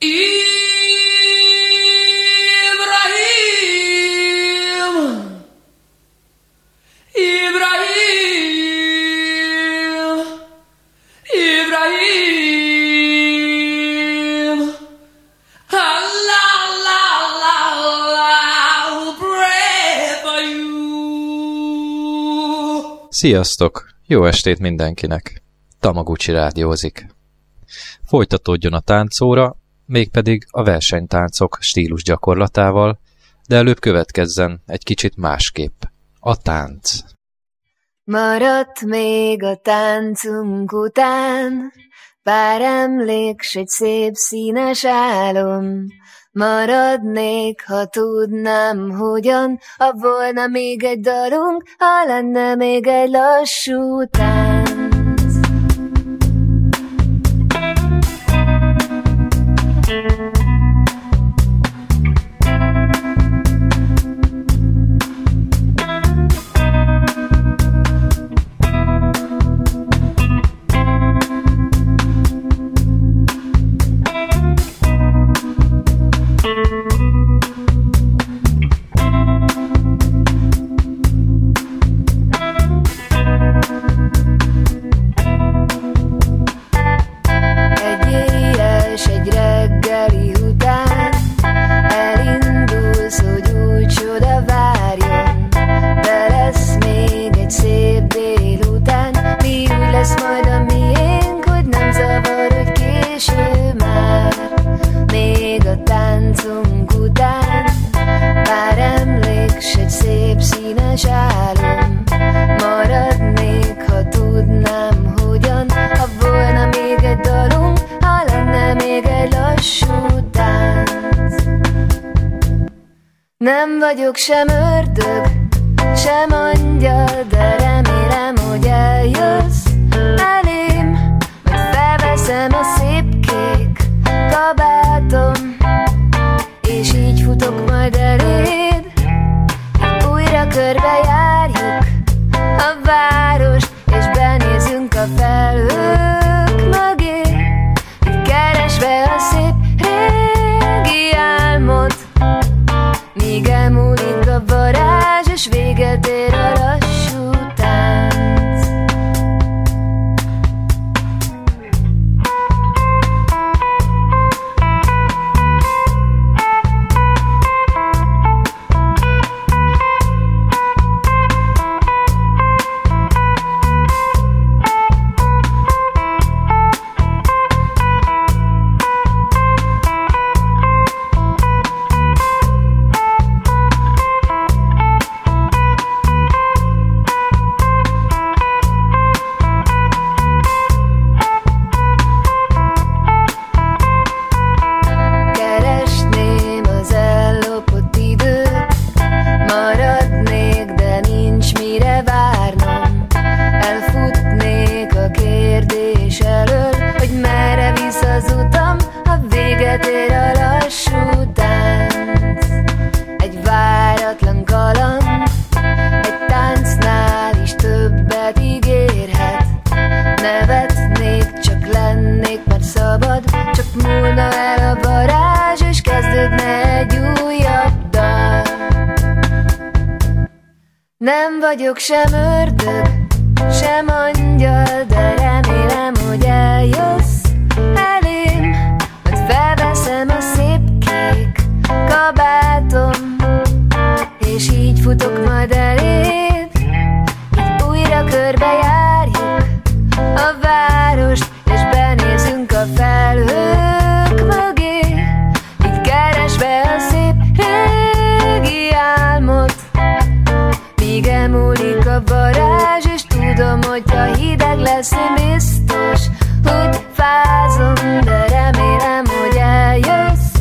Sziasztok! Jó estét mindenkinek! Tamaguchi rádiózik. Folytatódjon a táncóra, mégpedig a versenytáncok stílus gyakorlatával, de előbb következzen egy kicsit másképp. A tánc. Maradt még a táncunk után pár emlék, s egy szép színes álom. Maradnék, ha tudnám, hogyan, ha volna még egy dalunk, ha lenne még egy lassú tánc. Nem vagyok sem ördög, sem angyal, de remélem, hogy eljössz elém, majd felveszem a szép kék kabátom, és így futok majd eléd, hogy újra körbejárjuk a várost, és benézünk a felhők mögé, így keresve a szép régi álmot. Míg elmúlik a varázs, és véget ér a lassú tánc. Nem vagyok sem ördög, sem angyal, de remélem, hogy eljössz elém, majd felveszem a szép kék kabátom, és így futok majd eléd, így újra körbejárjuk a várost, és benézünk a felhők mögé, így keresve a szép régi álmot. Míg elmúlik a varázs, és tudom, hogy ha hideg lesz, én biztos, hogy fázom, de remélem, hogy eljössz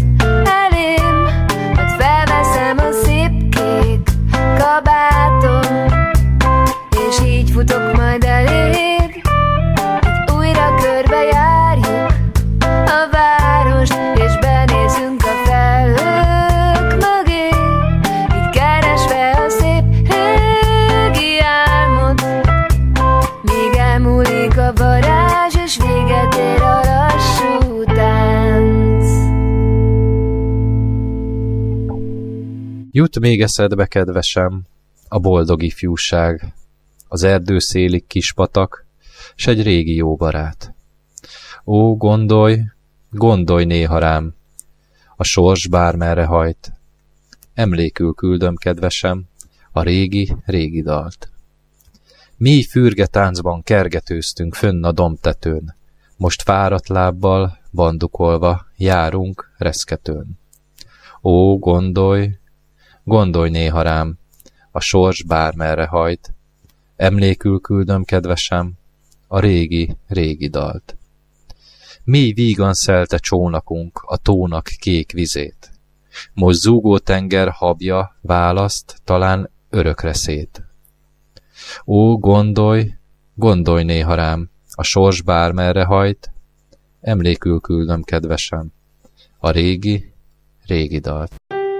Jut még eszedbe, kedvesem, a boldog ifjúság, az erdőszéli kispatak, s egy régi jó barát. Ó, gondolj, gondolj néha rám, a sors bármerre hajt. Emlékül küldöm, kedvesem, a régi dalt. Mély fürge táncban kergetőztünk fönn a dombtetőn, most fáradt lábbal, bandukolva, járunk reszketőn. Ó, gondolj, gondolj néha rám, a sors bármerre hajt. Emlékül küldöm, kedvesem, a régi dalt. Mély vígan szelte csónakunk a tónak kék vizét. Most zúgó tenger habja választ, talán örökre szét. Ó, gondolj, gondolj néha rám, a sors bármerre hajt. Emlékül küldöm, kedvesem, a régi dalt.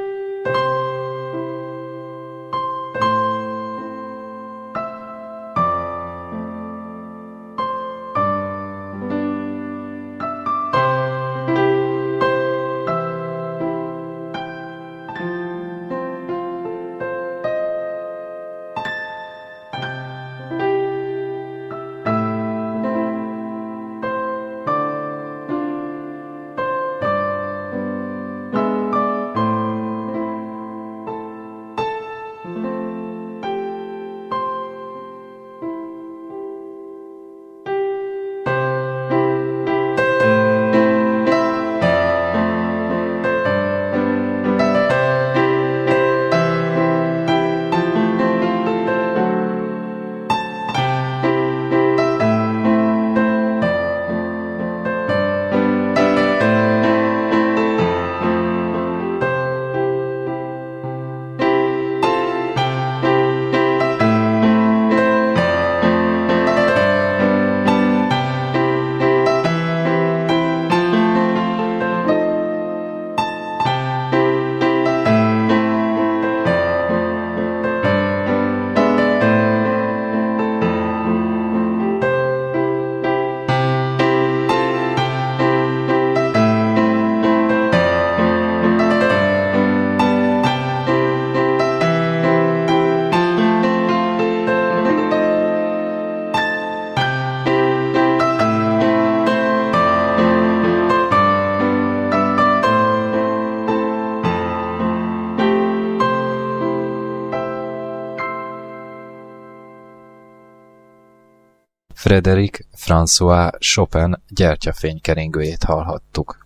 Frédéric François Chopin gyertyafénykeringőjét hallhattuk.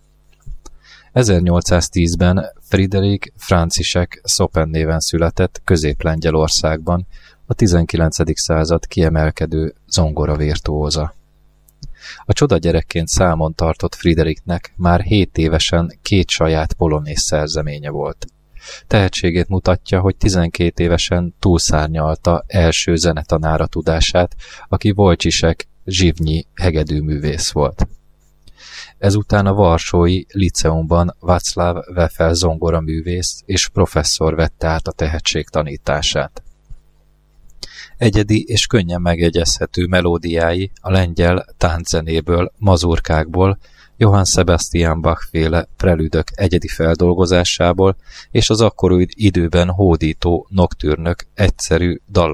1810-ben Frédéric František Chopin néven született Közép-Lengyelországban, a 19. század kiemelkedő zongoravirtuóza. A csoda gyerekként számon tartott Frédéricnek már 7 évesen 2 saját polonész szerzeménye volt. Tehetségét mutatja, hogy 12 évesen túlszárnyalta első zenetanára tudását, aki Wojciech Zsivnyi hegedűművész volt. Ezután a varsói liceumban Václav Wefel zongoraművész és professzor vette át a tehetség tanítását. Egyedi és könnyen megjegyezhető melódiái a lengyel tánczenéből, mazurkákból, Johann Sebastian Bach-féle prelüdök egyedi feldolgozásából és az akkori időben hódító noktürnök egyszerű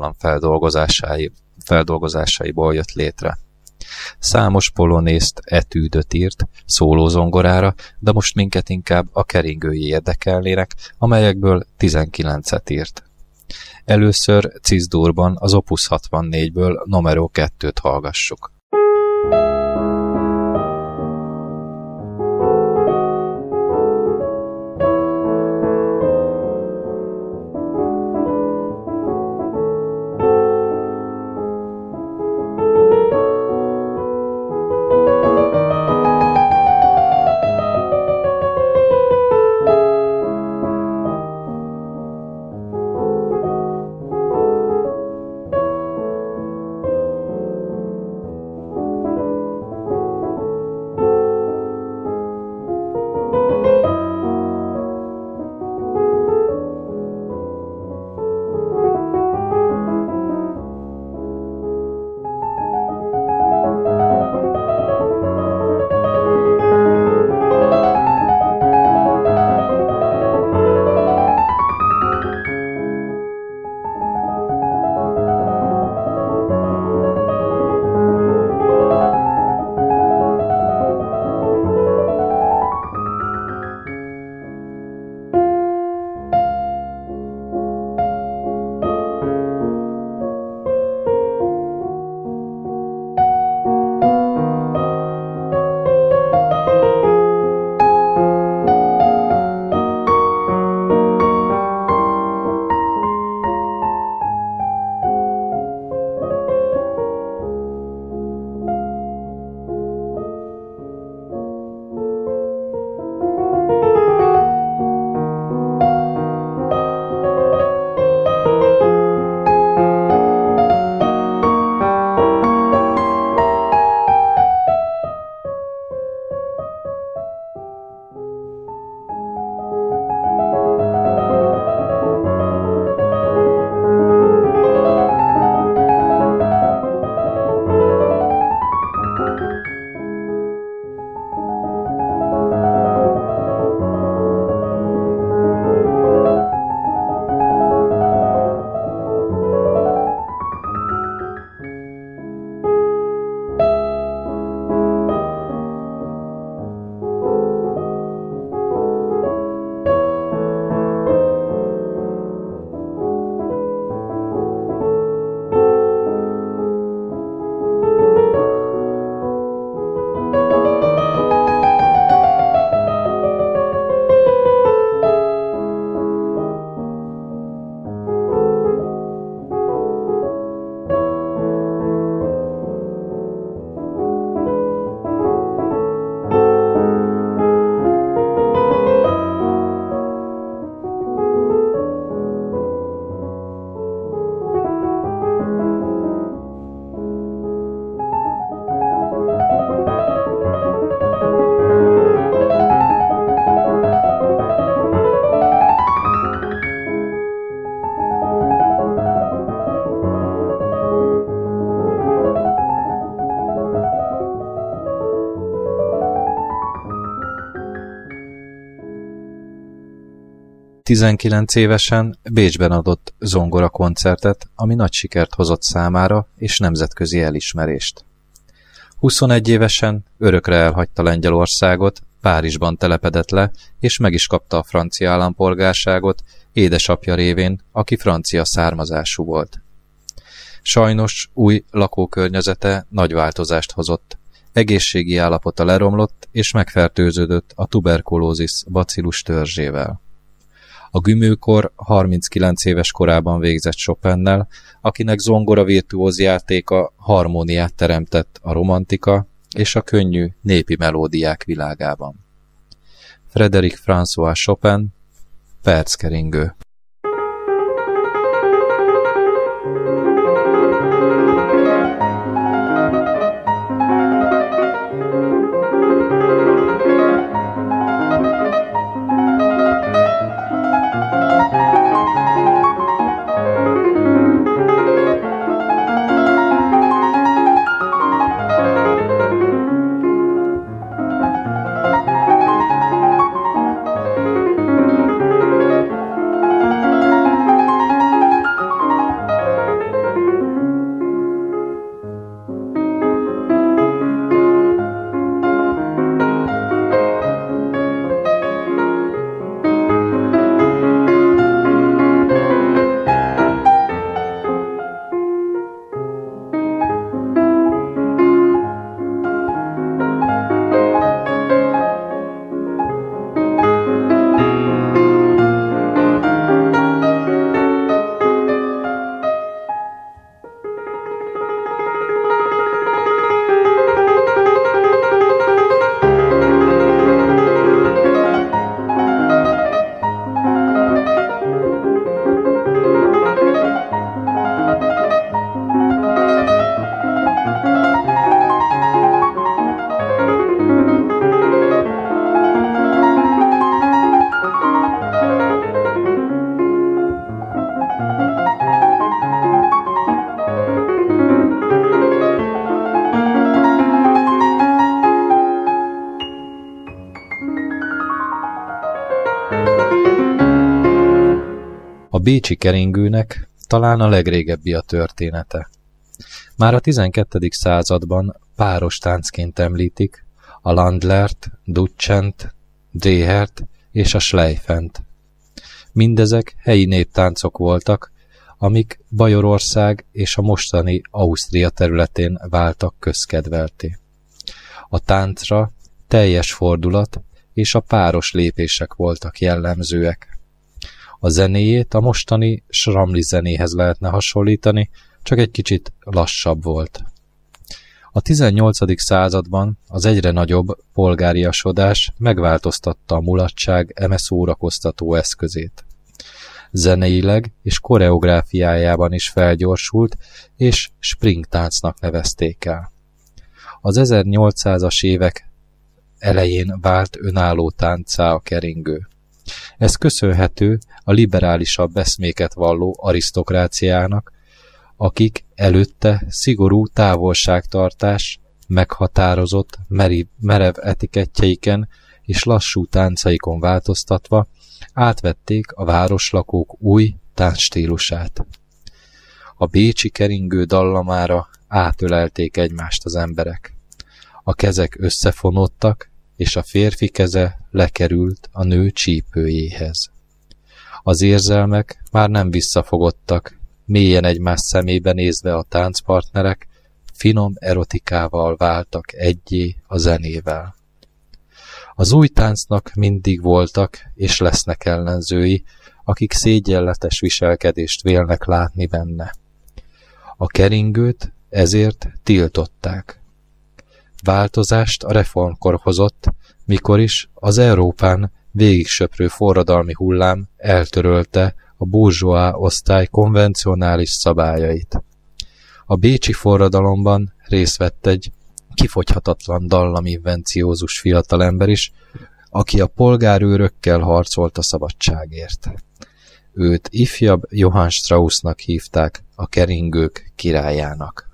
dallamfeldolgozásaiból jött létre. Számos polonészt, etűdöt írt, szólózongorára, de most minket inkább a keringői érdekelnének, amelyekből 19-et írt. Először Cis-durban az Opus 64-ből Numero 2-t hallgassuk. 19 évesen Bécsben adott zongora koncertet, ami nagy sikert hozott számára és nemzetközi elismerést. 21 évesen örökre elhagyta Lengyelországot, Párizsban telepedett le, és meg is kapta a francia állampolgárságot édesapja révén, aki francia származású volt. Sajnos új lakókörnyezete nagy változást hozott. Egészségi állapota leromlott, és megfertőződött a tuberkulózis bacillus törzsével. A Gümülkor 39 éves korában végzett Chopinnel, akinek zongora virtuóz játéka harmóniát teremtett a romantika és a könnyű népi melódiák világában. Frédéric François Chopin, Perckeringő. A bécsi keringőnek talán a legrégebbi a története. Már a 12. században páros táncként említik a Landlert, Ducent, Drehert és a Schleifent. Mindezek helyi néptáncok voltak, amik Bajorország és a mostani Ausztria területén váltak közkedvelté. A táncra teljes fordulat és a páros lépések voltak jellemzőek. A zenéjét a mostani sramli zenéhez lehetne hasonlítani, csak egy kicsit lassabb volt. A 18. században az egyre nagyobb polgáriasodás megváltoztatta a mulatság eme szórakoztató eszközét. Zeneileg és koreográfiájában is felgyorsult, és springtáncnak nevezték el. Az 1800-as évek elején vált önálló táncá a keringő. Ez köszönhető a liberálisabb eszméket valló arisztokráciának, akik előtte szigorú távolságtartás, meghatározott, merev etikettjeiken és lassú táncaikon változtatva átvették a városlakók új táncstílusát. A bécsi keringő dallamára átölelték egymást az emberek. A kezek összefonódtak, és a férfi keze lekerült a nő csípőjéhez. Az érzelmek már nem visszafogottak, mélyen egymás szemébe nézve a táncpartnerek finom erotikával váltak egyé a zenével. Az új táncnak mindig voltak és lesznek ellenzői, akik szégyenletes viselkedést vélnek látni benne. A keringőt ezért tiltották. Változást a reformkor hozott, mikor is az Európán végigsöprő forradalmi hullám eltörölte a burzsóá osztály konvencionális szabályait. A bécsi forradalomban részt vett egy kifogyhatatlan dallaminvenciózus fiatalember is, aki a polgárőrökkel harcolt a szabadságért. Őt ifjabb Johann Straussnak hívták, a keringők királyának.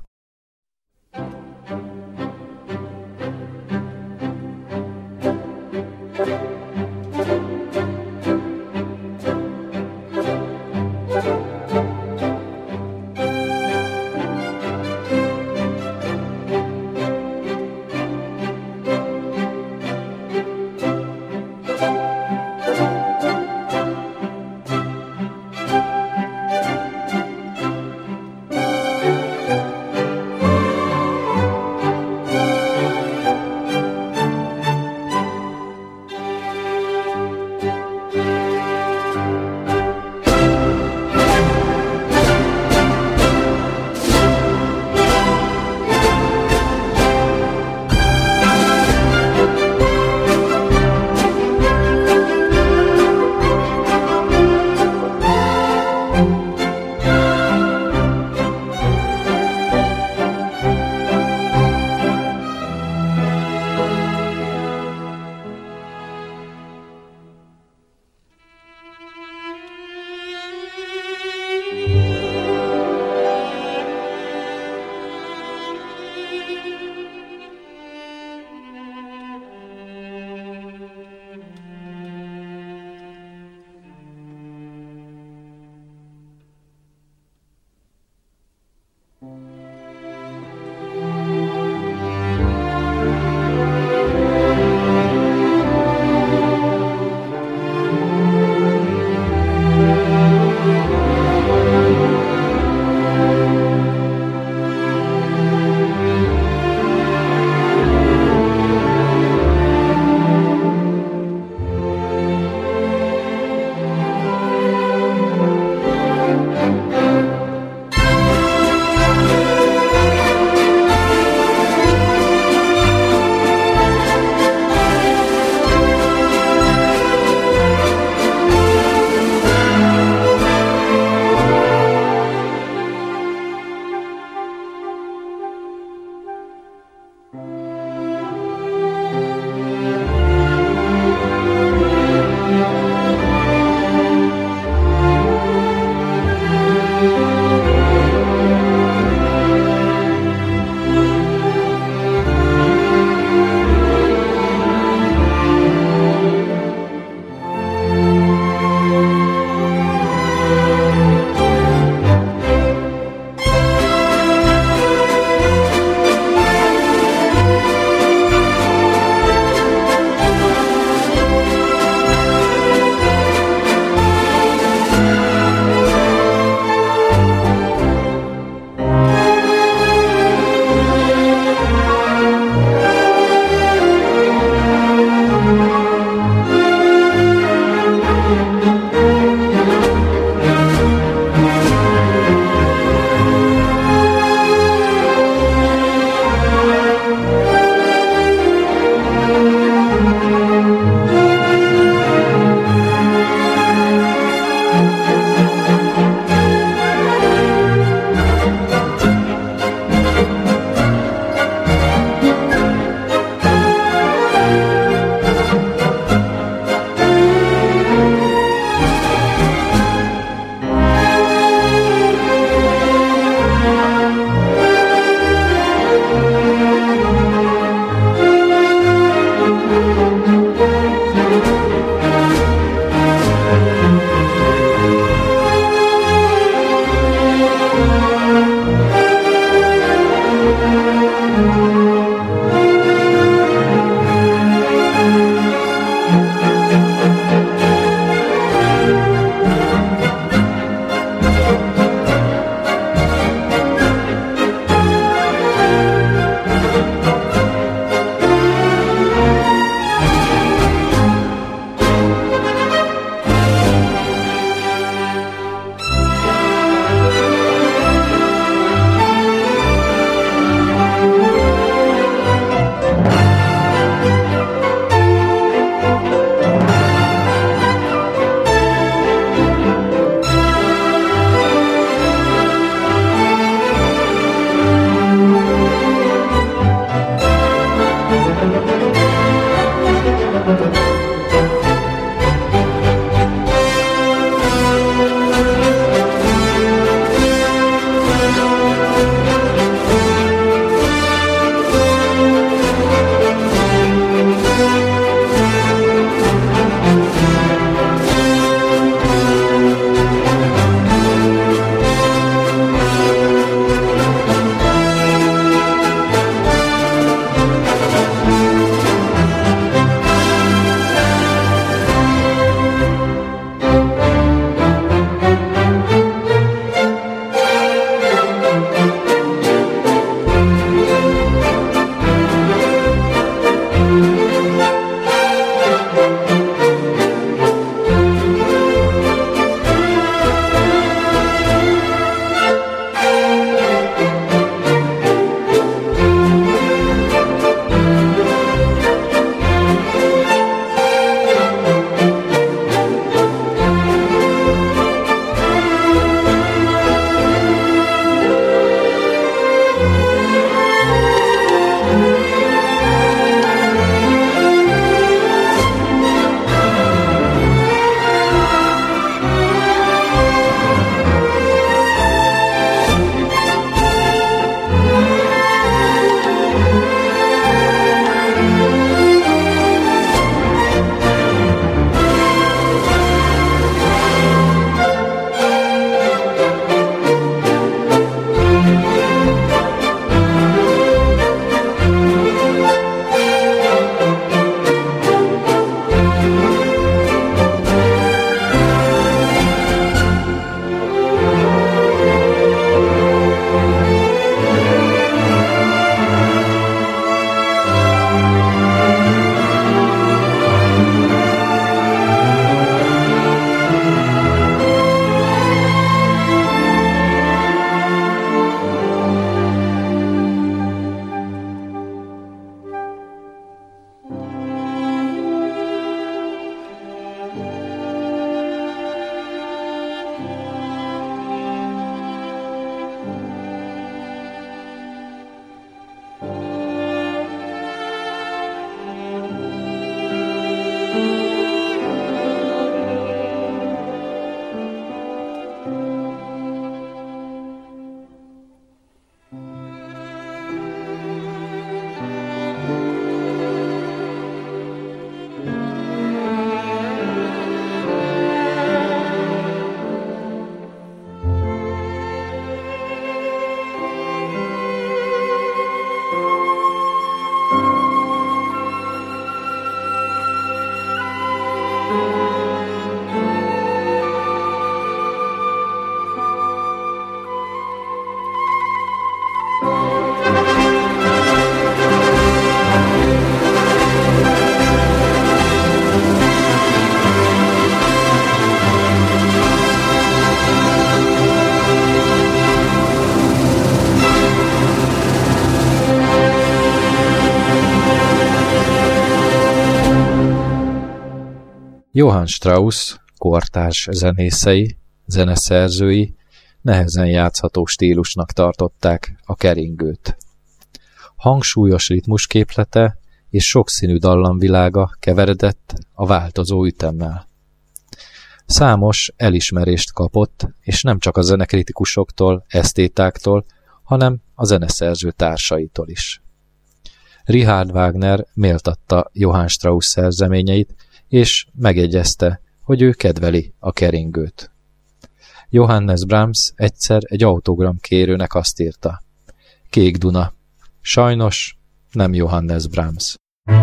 Johann Strauss kortárs zenészei, zeneszerzői nehezen játszható stílusnak tartották a keringőt. Hangsúlyos ritmusképlete és sokszínű dallamvilága keveredett a változó ütemmel. Számos elismerést kapott, és nem csak a zenekritikusoktól, esztétáktól, hanem a zeneszerző társaitól is. Richard Wagner méltatta Johann Strauss szerzeményeit, és megjegyezte, hogy ő kedveli a keringőt. Johannes Brahms egyszer egy autogramkérőnek azt írta: Kék Duna. Sajnos nem Johannes Brahms.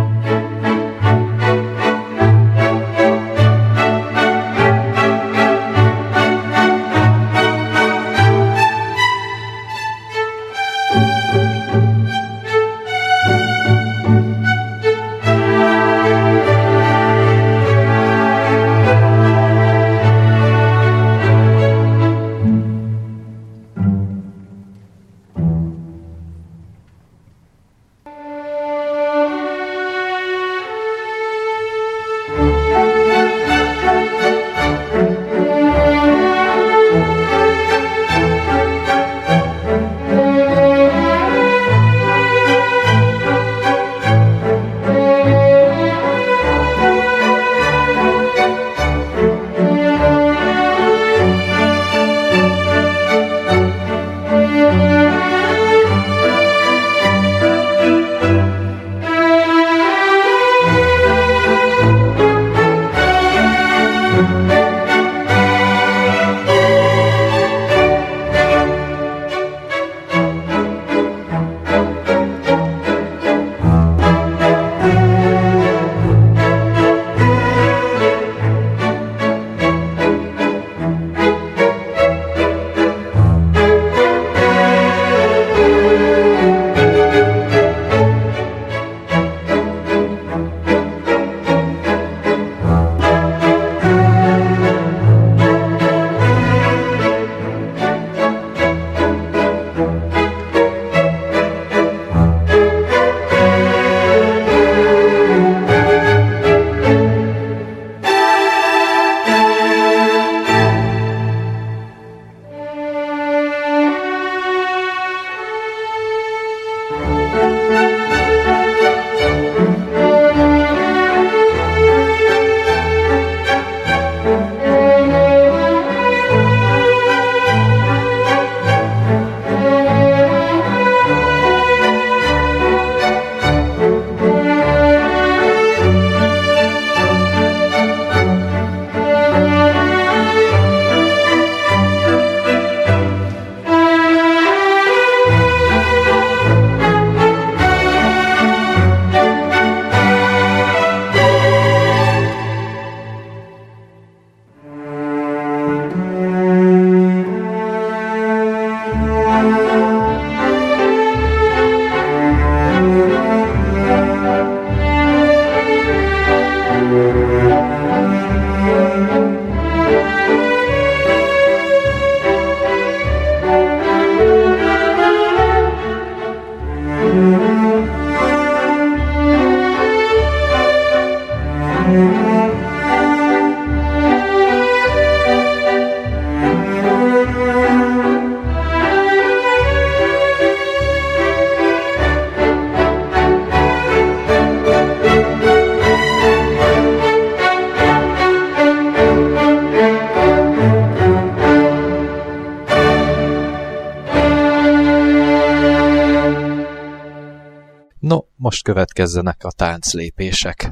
No, most következzenek a tánclépések.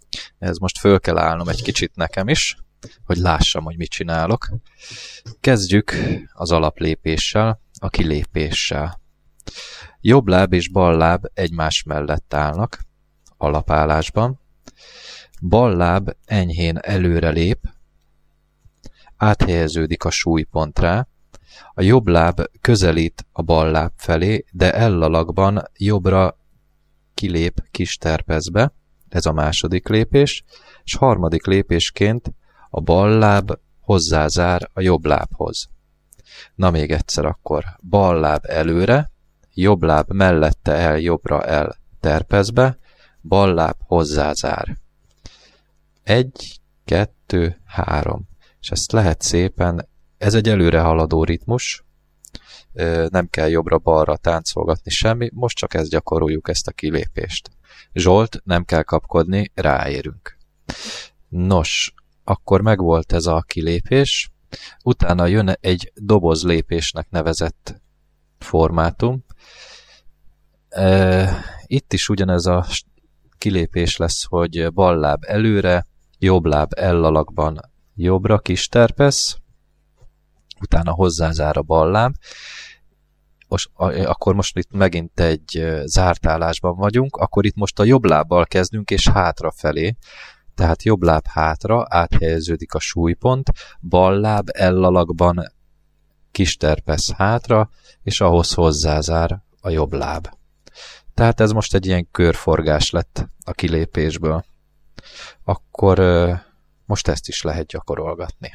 Ez most föl kell állnom egy kicsit nekem is, hogy lássam, hogy mit csinálok. Kezdjük az alaplépéssel, a kilépéssel. Jobb láb és bal láb egymás mellett állnak, alapállásban. Bal láb enyhén előre lép, áthelyeződik a súlypontra, a jobb láb közelít a bal láb felé, de ellalakban jobbra kilép kis terpezbe, ez a második lépés, és harmadik lépésként a bal láb hozzázár a jobb lábhoz. Na még egyszer akkor, bal láb előre, jobb láb mellette el, jobbra el terpezbe, bal láb hozzázár. 1, 2, 3. És ezt lehet szépen, ez egy előre haladó ritmus, nem kell jobbra-balra táncolgatni semmi, most csak ezt gyakoroljuk, ezt a kilépést. Zsolt, nem kell kapkodni, ráérünk. Nos, akkor megvolt ez a kilépés, utána jön egy dobozlépésnek nevezett formátum. Itt is ugyanez a kilépés lesz, hogy bal láb előre, jobb láb L-alakban jobbra kisterpesz, utána hozzázár a bal láb. Akkor most itt megint egy zárt állásban vagyunk, akkor itt most a jobb lábbal kezdünk, és hátrafelé, tehát jobb láb hátra, áthelyeződik a súlypont, bal láb L-alakban kisterpesz hátra, és ahhoz hozzázár a jobb láb. Tehát ez most egy ilyen körforgás lett a kilépésből. Akkor most ezt is lehet gyakorolgatni.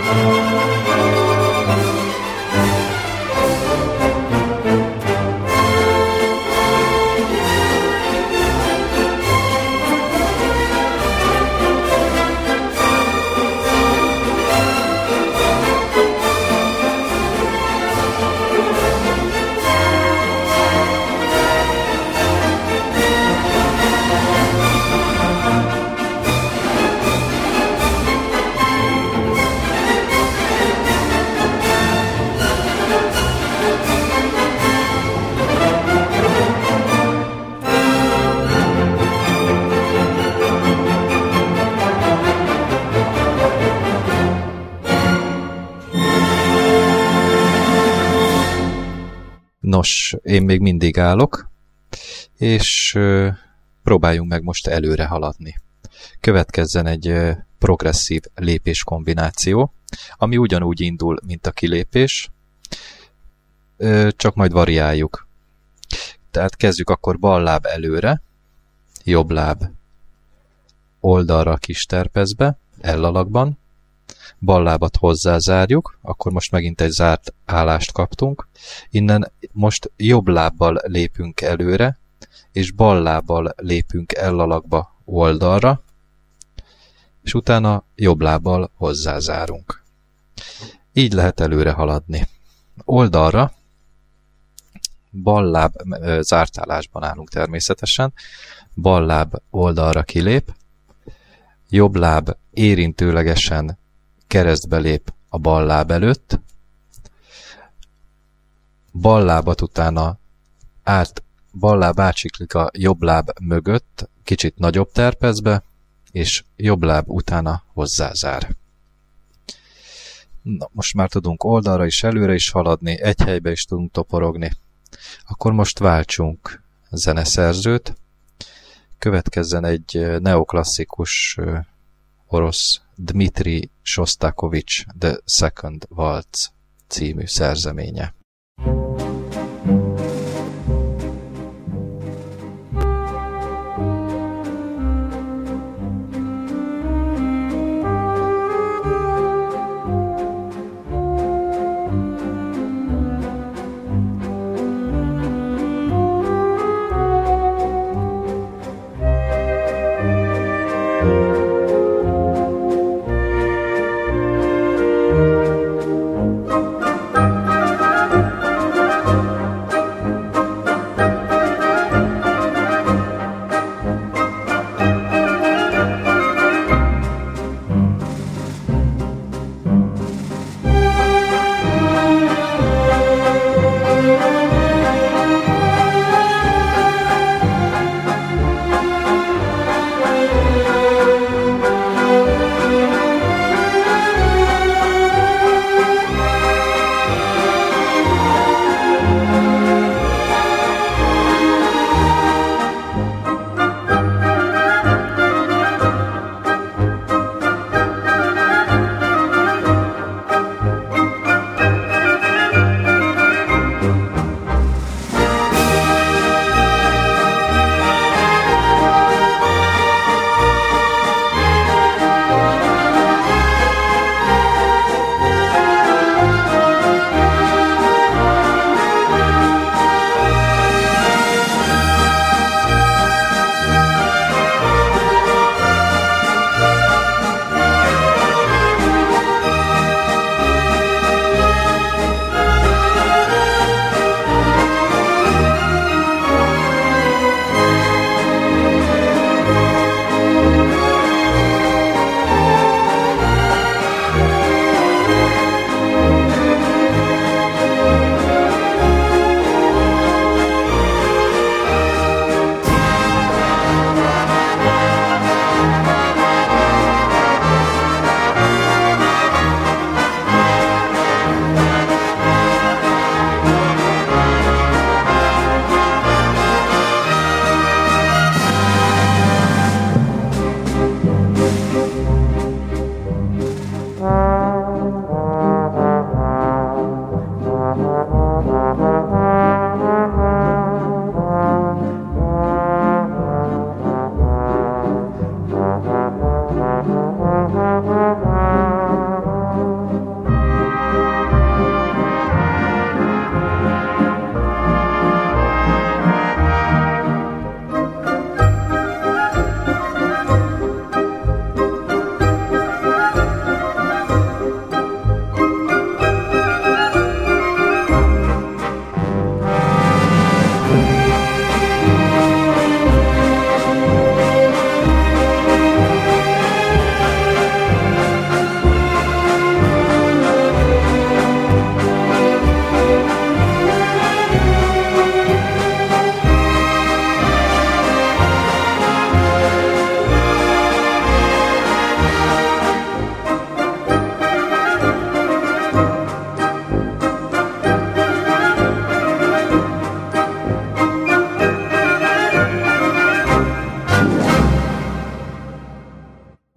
Nos, én még mindig állok, és próbáljunk meg most előre haladni. Következzen egy progresszív lépéskombináció, ami ugyanúgy indul, mint a kilépés, csak majd variáljuk. Tehát kezdjük akkor bal láb előre, jobb láb oldalra a kis terpezbe, L-alakban, bal lábat hozzázárjuk, akkor most megint egy zárt állást kaptunk. Innen most jobb lábbal lépünk előre, és bal lábbal lépünk L-alakba oldalra, és utána jobb lábbal hozzázárunk. Így lehet előre haladni. Oldalra, bal láb zárt állásban állunk természetesen, bal láb oldalra kilép, jobb láb érintőlegesen keresztbe lép a bal láb előtt, bal lábat utána bal láb átsiklik a jobb láb mögött, kicsit nagyobb terpezbe, és jobb láb utána hozzázár. Na, most már tudunk oldalra is, előre is haladni, egy helybe is tudunk toporogni. Akkor most váltsunk zeneszerzőt. Következzen egy neoklasszikus orosz Dmitri Shostakovich The Second Waltz című szerzeménye.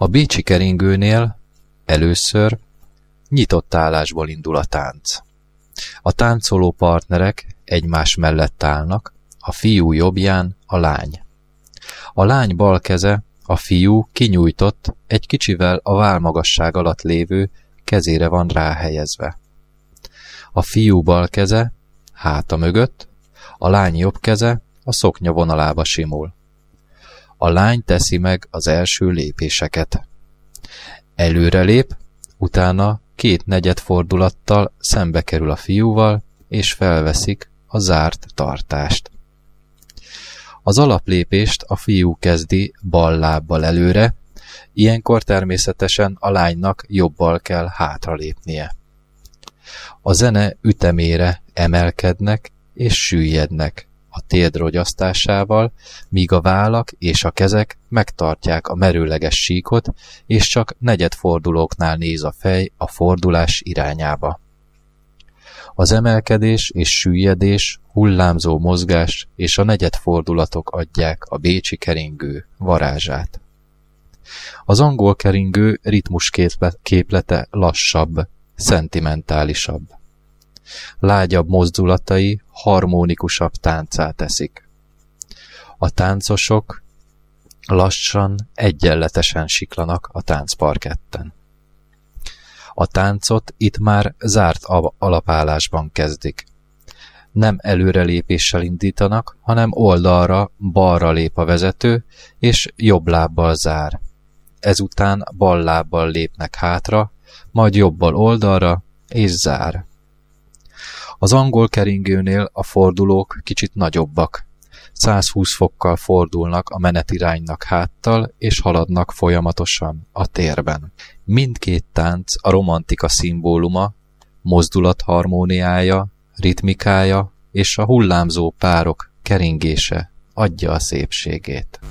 bécsi keringőnél először nyitott állásból indul a tánc. A táncoló partnerek egymás mellett állnak, a fiú jobbján a lány. A lány bal keze a fiú kinyújtott, egy kicsivel a vállmagasság alatt lévő kezére van ráhelyezve. A fiú bal keze háta mögött, a lány jobb keze a szoknya vonalába simul. A lány teszi meg az első lépéseket. Előrelép, utána 2 negyedfordulattal szembe kerül a fiúval, és felveszik a zárt tartást. Az alaplépést a fiú kezdi bal lábbal előre, ilyenkor természetesen a lánynak jobbal kell hátralépnie. A zene ütemére emelkednek és süllyednek a térd rogyasztásával, míg a vállak és a kezek megtartják a merőleges síkot, és csak negyedfordulóknál néz a fej a fordulás irányába. Az emelkedés és süllyedés, hullámzó mozgás és a negyedfordulatok adják a bécsi keringő varázsát. Az angol keringő ritmus képlete lassabb, szentimentálisabb. Lágyabb mozdulatai harmonikusabb táncát teszik. A táncosok lassan, egyenletesen siklanak a táncparketten. A táncot itt már zárt alapállásban kezdik. Nem előrelépéssel indítanak, hanem oldalra, balra lép a vezető, és jobb lábbal zár. Ezután bal lábbal lépnek hátra, majd jobbal oldalra, és zár. Az angol keringőnél a fordulók kicsit nagyobbak. 120 fokkal fordulnak a menetiránynak háttal, és haladnak folyamatosan a térben. Mindkét tánc a romantika szimbóluma, mozdulat harmóniája, ritmikája és a hullámzó párok keringése adja a szépségét.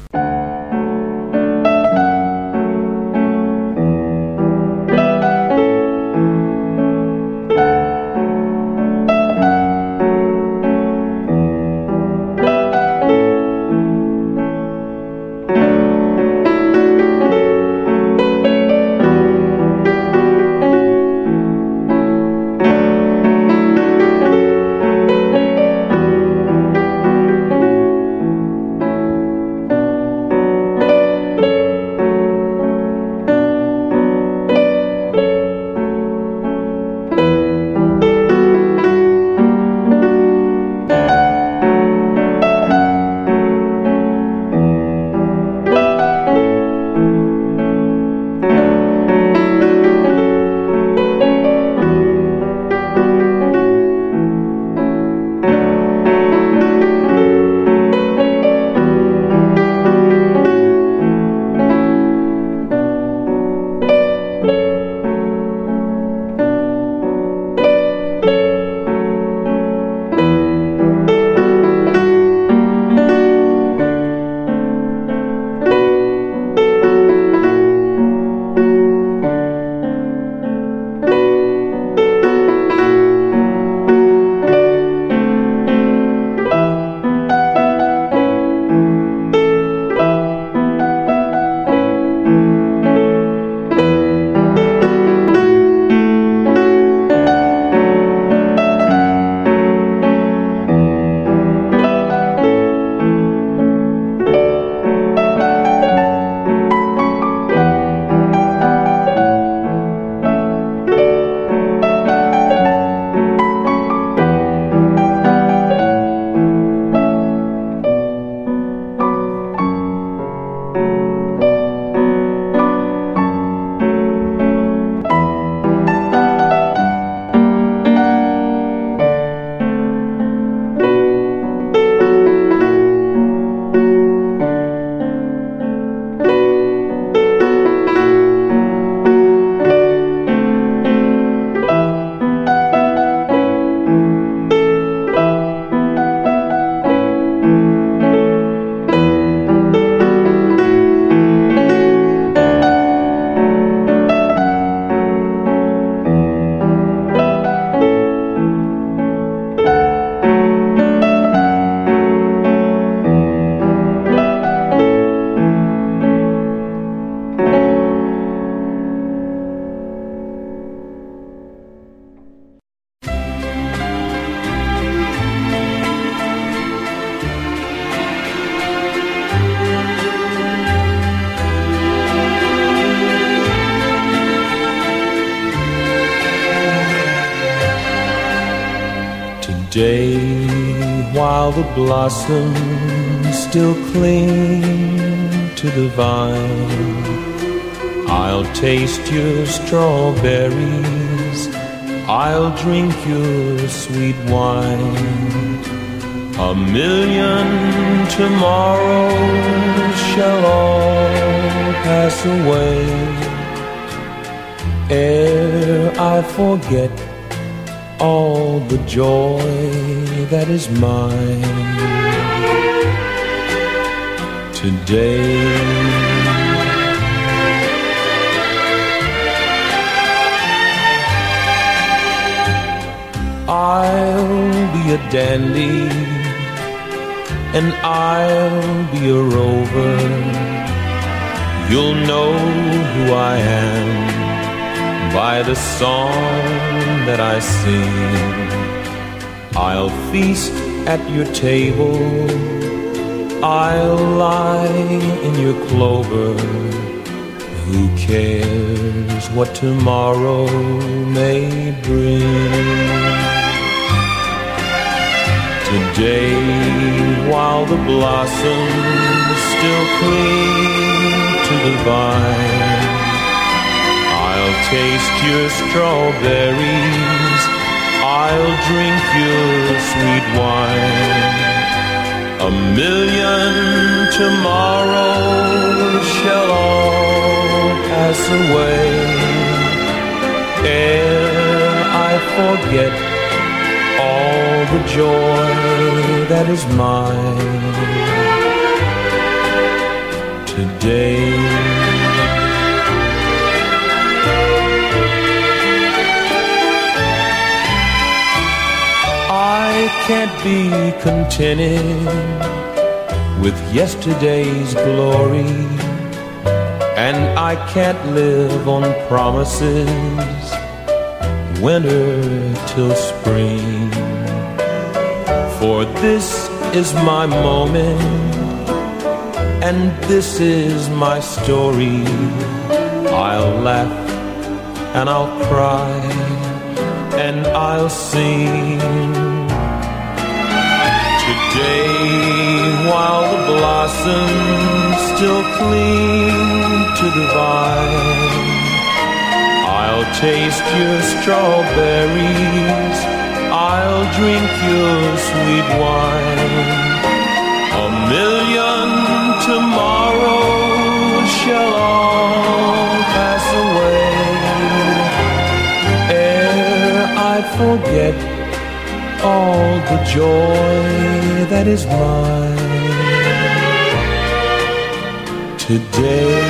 Today, while the blossoms still cling to the vine, I'll taste your strawberries, I'll drink your sweet wine. A million tomorrows shall all pass away ere I forget all the joy that is mine today. I'll be a dandy and I'll be a rover. You'll know who I am by the song that I sing. I'll feast at your table, I'll lie in your clover. Who cares what tomorrow may bring? Today, while the blossoms still cling to the vine, I'll taste your strawberries, I'll drink your sweet wine. A million tomorrows shall all pass away ere I forget all the joy that is mine today. I can't be contented with yesterday's glory, and I can't live on promises, winter till spring. For this is my moment, and this is my story. I'll laugh and I'll cry and I'll sing. Today, while the blossoms still cling to the vine, I'll taste your strawberries, I'll drink your sweet wine. A million tomorrows shall all pass away ere I forget all the joy that is mine today.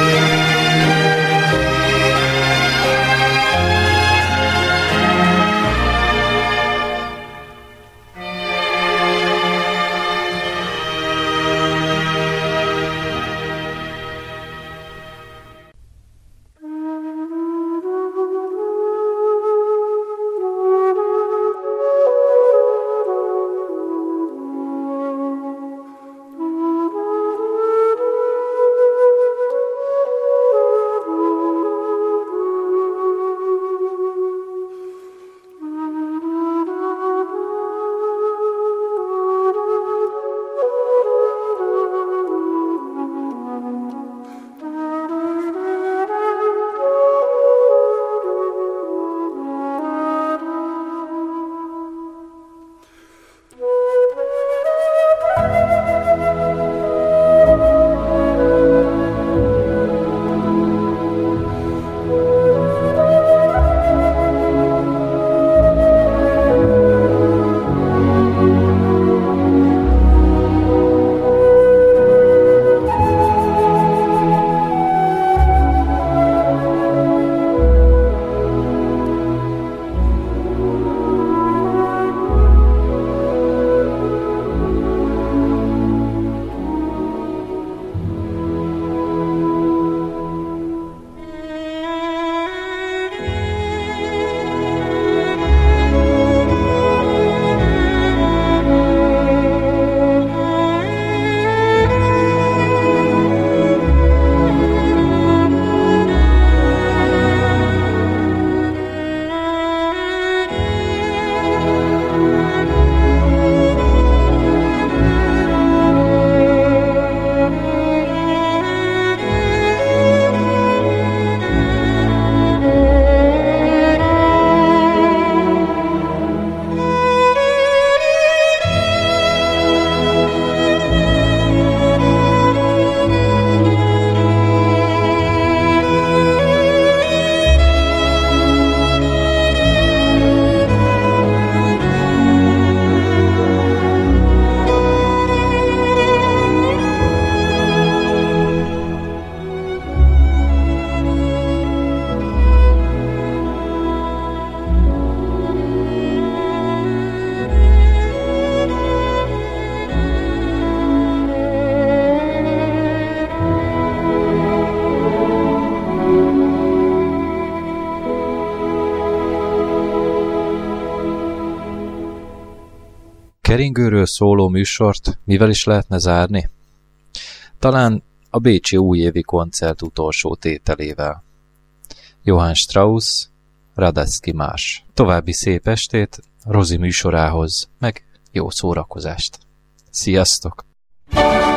keringőről szóló műsort mivel is lehetne zárni? Talán a bécsi újévi koncert utolsó tételével. Johann Strauss, Radetzky Mars. További szép estét Rozi műsorához, meg jó szórakozást. Sziasztok!